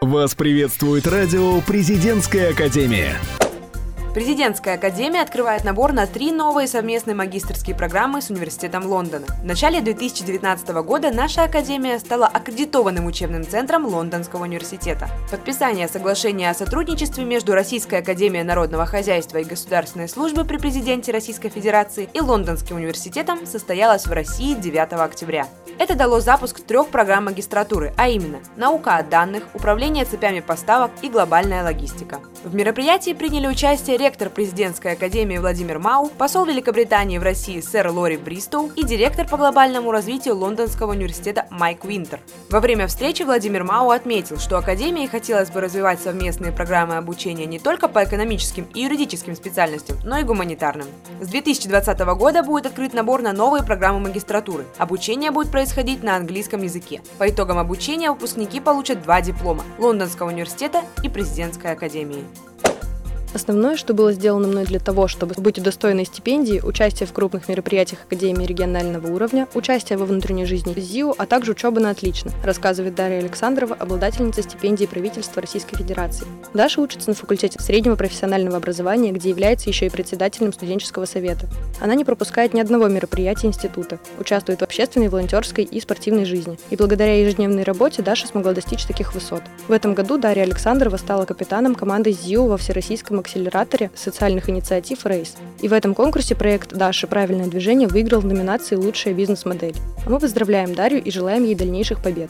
Вас приветствует радио «Президентская академия». Президентская академия открывает набор на 3 новые совместные магистерские программы с Университетом Лондона. В начале 2019 года наша академия стала аккредитованным учебным центром Лондонского университета. Подписание соглашения о сотрудничестве между Российской академией народного хозяйства и государственной службы при президенте Российской Федерации и Лондонским университетом состоялось в России 9 октября. Это дало запуск 3 программ магистратуры, а именно «Наука о данных», «Управление цепями поставок» и «Глобальная логистика». В мероприятии приняли участие ректор Президентской академии Владимир Мау, посол Великобритании в России сэр Лори Бристоу и директор по глобальному развитию Лондонского университета Майк Уинтер. Во время встречи Владимир Мау отметил, что академии хотелось бы развивать совместные программы обучения не только по экономическим и юридическим специальностям, но и гуманитарным. С 2020 года будет открыт набор на новые программы магистратуры. Обучение будет происходить на английском языке. По итогам обучения выпускники получат 2 диплома – Лондонского университета и Президентской академии. Основное, что было сделано мной для того, чтобы быть удостоенной стипендии, участие в крупных мероприятиях Академии регионального уровня, участие во внутренней жизни ЗИУ, а также учеба на отлично, рассказывает Дарья Александрова, обладательница стипендии правительства Российской Федерации. Даша учится на факультете среднего профессионального образования, где является еще и председателем студенческого совета. Она не пропускает ни одного мероприятия института, участвует в общественной, волонтерской и спортивной жизни. И благодаря ежедневной работе Даша смогла достичь таких высот. В этом году Дарья Александрова стала капитаном команды ЗИУ во Всероссийском акселераторе социальных инициатив «Рейс». И в этом конкурсе проект «Даши. Правильное движение» выиграл в номинации «Лучшая бизнес-модель». А мы поздравляем Дарью и желаем ей дальнейших побед.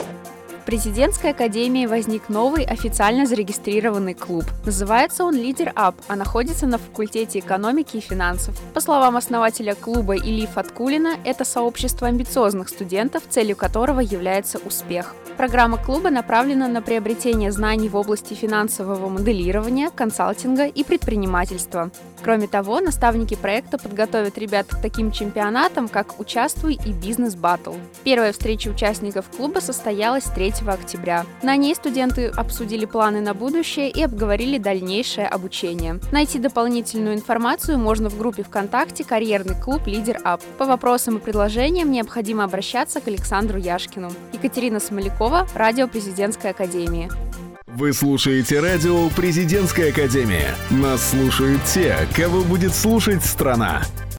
В Президентской академии возник новый официально зарегистрированный клуб. Называется он «Лидер Ап», а находится на факультете экономики и финансов. По словам основателя клуба Ильи Фаткуллина, это сообщество амбициозных студентов, целью которого является успех. Программа клуба направлена на приобретение знаний в области финансового моделирования, консалтинга и предпринимательства. Кроме того, наставники проекта подготовят ребят к таким чемпионатам, как «Участвуй» и «Бизнес-баттл». Первая встреча участников клуба состоялась 3 октября. На ней студенты обсудили планы на будущее и обговорили дальнейшее обучение. Найти дополнительную информацию можно в группе ВКонтакте «Карьерный клуб Лидер Ап». По вопросам и предложениям необходимо обращаться к Александру Яшкину. Екатерина Смолякова, радио Президентской академии. Вы слушаете радио «Президентская академия». Нас слушают те, кого будет слушать страна.